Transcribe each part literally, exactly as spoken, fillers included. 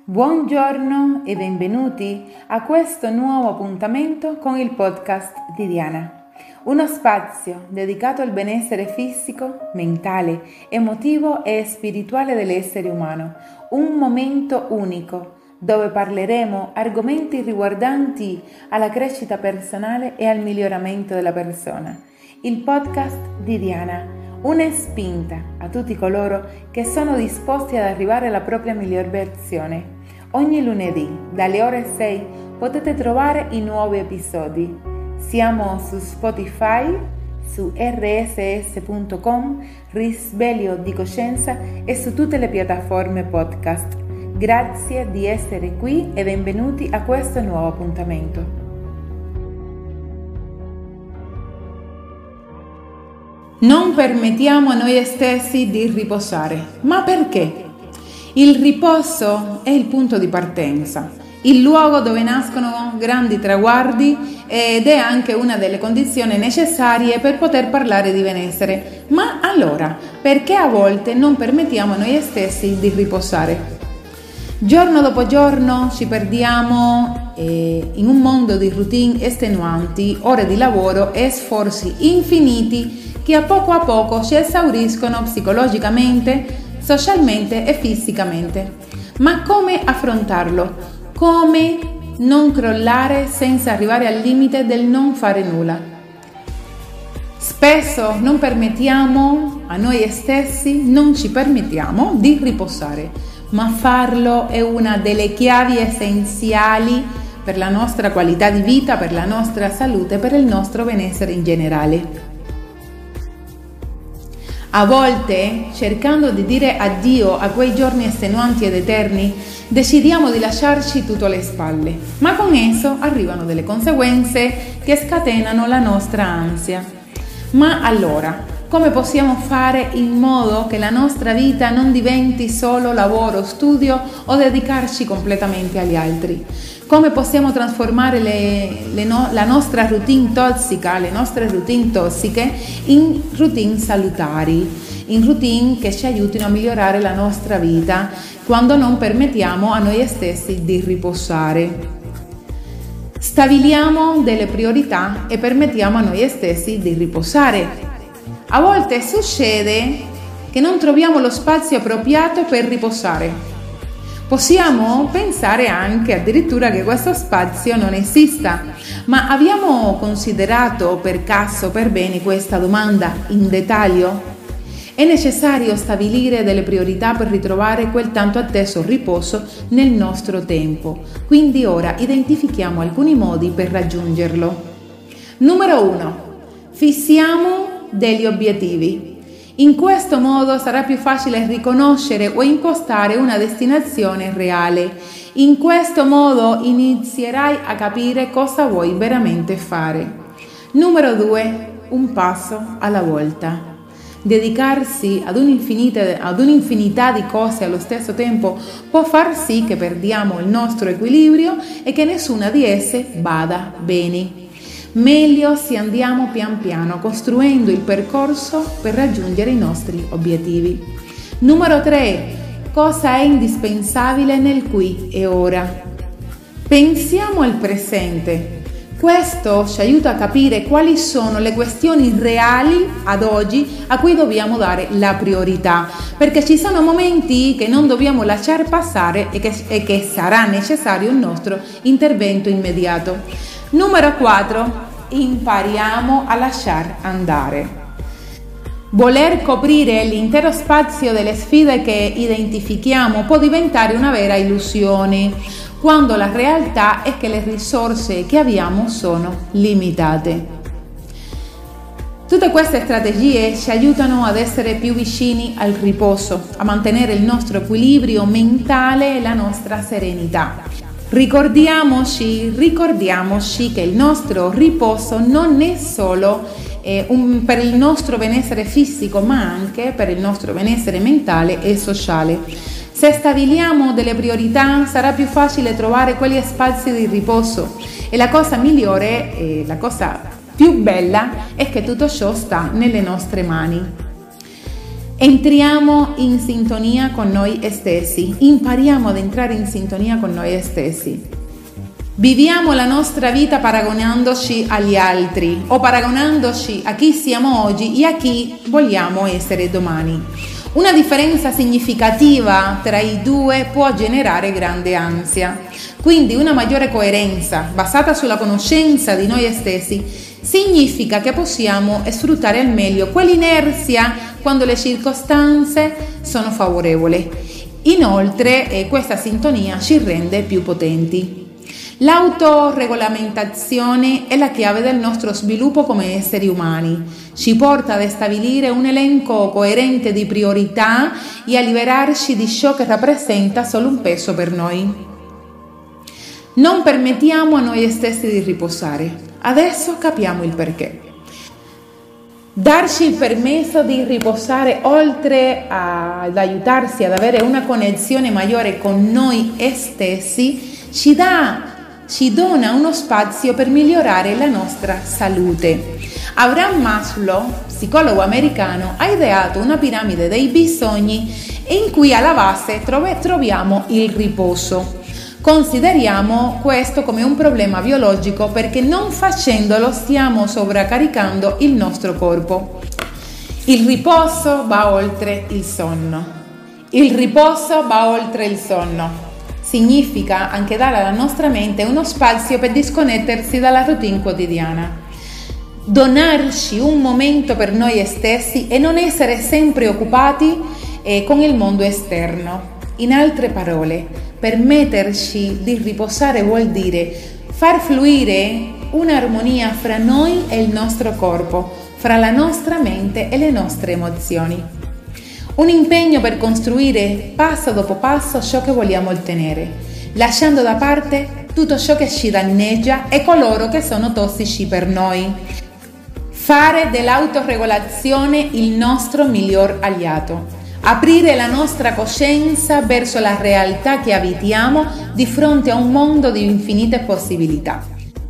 Buongiorno e benvenuti a questo nuovo appuntamento con il podcast di Diana, uno spazio dedicato al benessere fisico, mentale, emotivo e spirituale dell'essere umano, un momento unico dove parleremo argomenti riguardanti alla crescita personale e al miglioramento della persona. Il podcast di Diana, una spinta a tutti coloro che sono disposti ad arrivare alla propria miglior versione. Ogni lunedì dalle ore sei potete trovare i nuovi episodi. Siamo su Spotify, su erre esse esse punto com, Risveglio di Coscienza e su tutte le piattaforme podcast. Grazie di essere qui e benvenuti a questo nuovo appuntamento. Non permettiamo a noi stessi di riposare. Ma perché? Il riposo è il punto di partenza, il luogo dove nascono grandi traguardi ed è anche una delle condizioni necessarie per poter parlare di benessere. Ma allora, perché a volte non permettiamo a noi stessi di riposare? Giorno dopo giorno ci perdiamo eh, in un mondo di routine estenuanti, ore di lavoro e sforzi infiniti che a poco a poco ci esauriscono psicologicamente, socialmente e fisicamente. Ma come affrontarlo? Come non crollare senza arrivare al limite del non fare nulla? Spesso non permettiamo a noi stessi, non ci permettiamo di riposare, ma farlo è una delle chiavi essenziali per la nostra qualità di vita, per la nostra salute, per il nostro benessere in generale. A volte, cercando di dire addio a quei giorni estenuanti ed eterni, decidiamo di lasciarci tutto alle spalle, ma con esso arrivano delle conseguenze che scatenano la nostra ansia. Ma allora, come possiamo fare in modo che la nostra vita non diventi solo lavoro, studio o dedicarci completamente agli altri? Come possiamo trasformare le, le no, la nostra routine tossica, le nostre routine tossiche in routine salutari, in routine che ci aiutino a migliorare la nostra vita quando non permettiamo a noi stessi di riposare. Stabiliamo delle priorità e permettiamo a noi stessi di riposare. A volte succede che non troviamo lo spazio appropriato per riposare. Possiamo pensare anche addirittura che questo spazio non esista, ma abbiamo considerato per caso, per bene questa domanda in dettaglio? È necessario stabilire delle priorità per ritrovare quel tanto atteso riposo nel nostro tempo, quindi ora identifichiamo alcuni modi per raggiungerlo. Numero uno. Fissiamo degli obiettivi. In questo modo sarà più facile riconoscere o impostare una destinazione reale. In questo modo inizierai a capire cosa vuoi veramente fare. Numero due. Un passo alla volta. Dedicarsi ad un'infinita, ad un'infinità di cose allo stesso tempo può far sì che perdiamo il nostro equilibrio e che nessuna di esse vada bene. Meglio se andiamo pian piano, costruendo il percorso per raggiungere i nostri obiettivi. Numero tre. Cosa è indispensabile nel qui e ora? Pensiamo al presente. Questo ci aiuta a capire quali sono le questioni reali ad oggi a cui dobbiamo dare la priorità, perché ci sono momenti che non dobbiamo lasciare passare e che, e che sarà necessario un nostro intervento immediato. Numero quattro. Impariamo a lasciar andare. Voler coprire l'intero spazio delle sfide che identifichiamo può diventare una vera illusione, quando la realtà è che le risorse che abbiamo sono limitate. Tutte queste strategie ci aiutano ad essere più vicini al riposo, a mantenere il nostro equilibrio mentale e la nostra serenità. Ricordiamoci, ricordiamoci che il nostro riposo non è solo eh, un, per il nostro benessere fisico, ma anche per il nostro benessere mentale e sociale. Se stabiliamo delle priorità, sarà più facile trovare quegli spazi di riposo e la cosa migliore, eh, la cosa più bella è che tutto ciò sta nelle nostre mani. Entriamo in sintonia con noi stessi, impariamo ad entrare in sintonia con noi stessi. Viviamo la nostra vita paragonandoci agli altri o paragonandoci a chi siamo oggi e a chi vogliamo essere domani. Una differenza significativa tra i due può generare grande ansia. Quindi una maggiore coerenza basata sulla conoscenza di noi stessi significa che possiamo sfruttare al meglio quell'inerzia quando le circostanze sono favorevoli. Inoltre, eh, questa sintonia ci rende più potenti. L'autoregolamentazione è la chiave del nostro sviluppo come esseri umani. Ci porta ad stabilire un elenco coerente di priorità e a liberarci di ciò che rappresenta solo un peso per noi. Non permettiamo a noi stessi di riposare. Adesso capiamo il perché. Darci il permesso di riposare, oltre ad aiutarsi ad avere una connessione maggiore con noi stessi, ci dà ci dona uno spazio per migliorare la nostra salute. Abraham Maslow, psicologo americano, ha ideato una piramide dei bisogni in cui alla base troviamo il riposo. Consideriamo questo come un problema biologico perché non facendolo stiamo sovraccaricando il nostro corpo. Il riposo va oltre il sonno. Il riposo va oltre il sonno. Significa anche dare alla nostra mente uno spazio per disconnettersi dalla routine quotidiana. Donarci un momento per noi stessi e non essere sempre occupati eh, con il mondo esterno. In altre parole, permetterci di riposare vuol dire far fluire un'armonia fra noi e il nostro corpo, fra la nostra mente e le nostre emozioni. Un impegno per costruire passo dopo passo ciò che vogliamo ottenere, lasciando da parte tutto ciò che ci danneggia e coloro che sono tossici per noi. Fare dell'autoregolazione il nostro miglior alleato. Aprire la nostra coscienza verso la realtà che abitiamo di fronte a un mondo di infinite possibilità.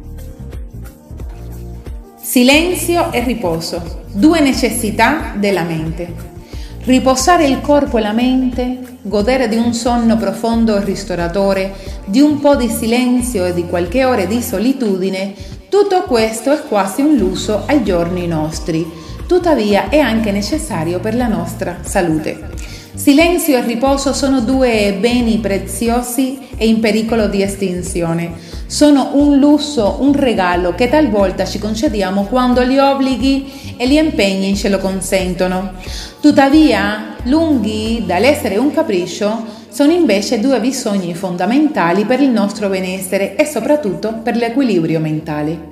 Silenzio e riposo, due necessità della mente. Riposare il corpo e la mente, godere di un sonno profondo e ristoratore, di un po' di silenzio e di qualche ora di solitudine, tutto questo è quasi un lusso ai giorni nostri, tuttavia è anche necessario per la nostra salute. Silenzio e riposo sono due beni preziosi e in pericolo di estinzione. Sono un lusso, un regalo che talvolta ci concediamo quando gli obblighi e gli impegni ce lo consentono. Tuttavia, lunghi dall'essere un capriccio, sono invece due bisogni fondamentali per il nostro benessere e soprattutto per l'equilibrio mentale.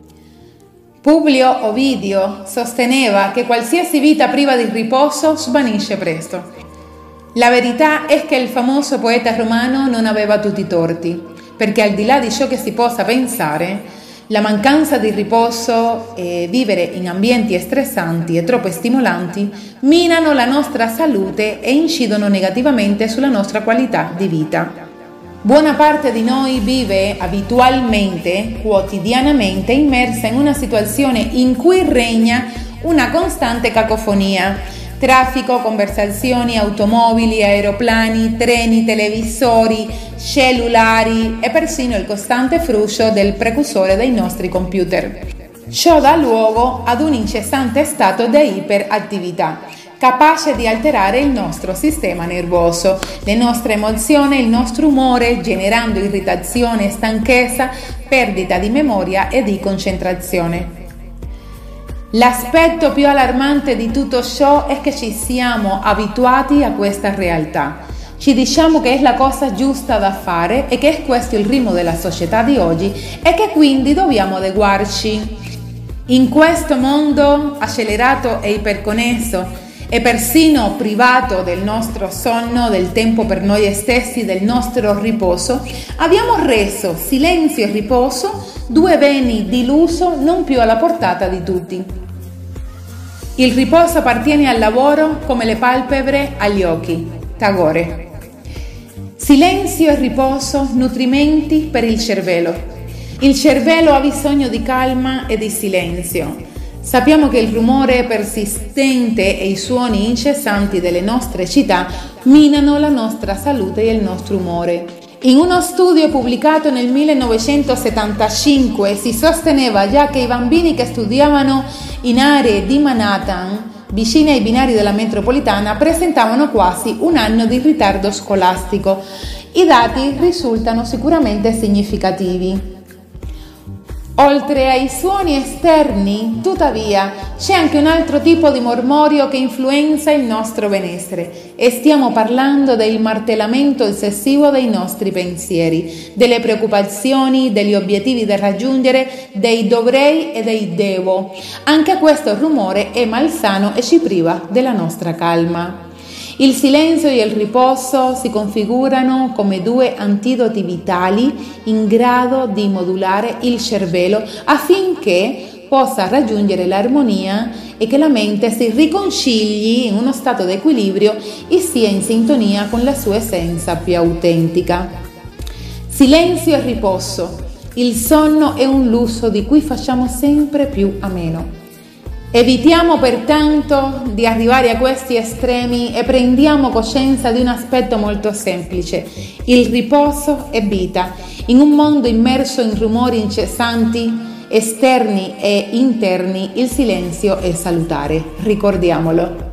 Publio Ovidio sosteneva che qualsiasi vita priva di riposo svanisce presto. La verità è che il famoso poeta romano non aveva tutti i torti, perché al di là di ciò che si possa pensare, la mancanza di riposo e vivere in ambienti stressanti e troppo stimolanti minano la nostra salute e incidono negativamente sulla nostra qualità di vita. Buona parte di noi vive abitualmente, quotidianamente, immersa in una situazione in cui regna una costante cacofonia. Traffico, conversazioni, automobili, aeroplani, treni, televisori, cellulari e persino il costante fruscio del precursore dei nostri computer. Ciò dà luogo ad un incessante stato di iperattività, capace di alterare il nostro sistema nervoso, le nostre emozioni, il nostro umore, generando irritazione, stanchezza, perdita di memoria e di concentrazione. L'aspetto più allarmante di tutto ciò è che ci siamo abituati a questa realtà. Ci diciamo che è la cosa giusta da fare e che è questo il ritmo della società di oggi e che quindi dobbiamo adeguarci. In questo mondo accelerato e iperconnesso e persino privato del nostro sonno, del tempo per noi stessi, del nostro riposo, abbiamo reso silenzio e riposo due beni di lusso non più alla portata di tutti. Il riposo appartiene al lavoro come le palpebre agli occhi. Tagore. Silenzio e riposo, nutrimenti per il cervello. Il cervello ha bisogno di calma e di silenzio. Sappiamo che il rumore persistente e i suoni incessanti delle nostre città minano la nostra salute e il nostro umore. In uno studio pubblicato nel millenovecentosettantacinque si sosteneva già che i bambini che studiavano in aree di Manhattan, vicine ai binari della metropolitana, presentavano quasi un anno di ritardo scolastico. I dati risultano sicuramente significativi. Oltre ai suoni esterni, tuttavia, c'è anche un altro tipo di mormorio che influenza il nostro benessere e stiamo parlando del martellamento eccessivo dei nostri pensieri, delle preoccupazioni, degli obiettivi da raggiungere, dei dovrei e dei devo. Anche questo rumore è malsano e ci priva della nostra calma. Il silenzio e il riposo si configurano come due antidoti vitali in grado di modulare il cervello affinché possa raggiungere l'armonia e che la mente si riconcili in uno stato di equilibrio e sia in sintonia con la sua essenza più autentica. Silenzio e riposo. Il sonno è un lusso di cui facciamo sempre più a meno. Evitiamo pertanto di arrivare a questi estremi e prendiamo coscienza di un aspetto molto semplice: il riposo è vita. In un mondo immerso in rumori incessanti, esterni e interni, il silenzio è salutare. Ricordiamolo.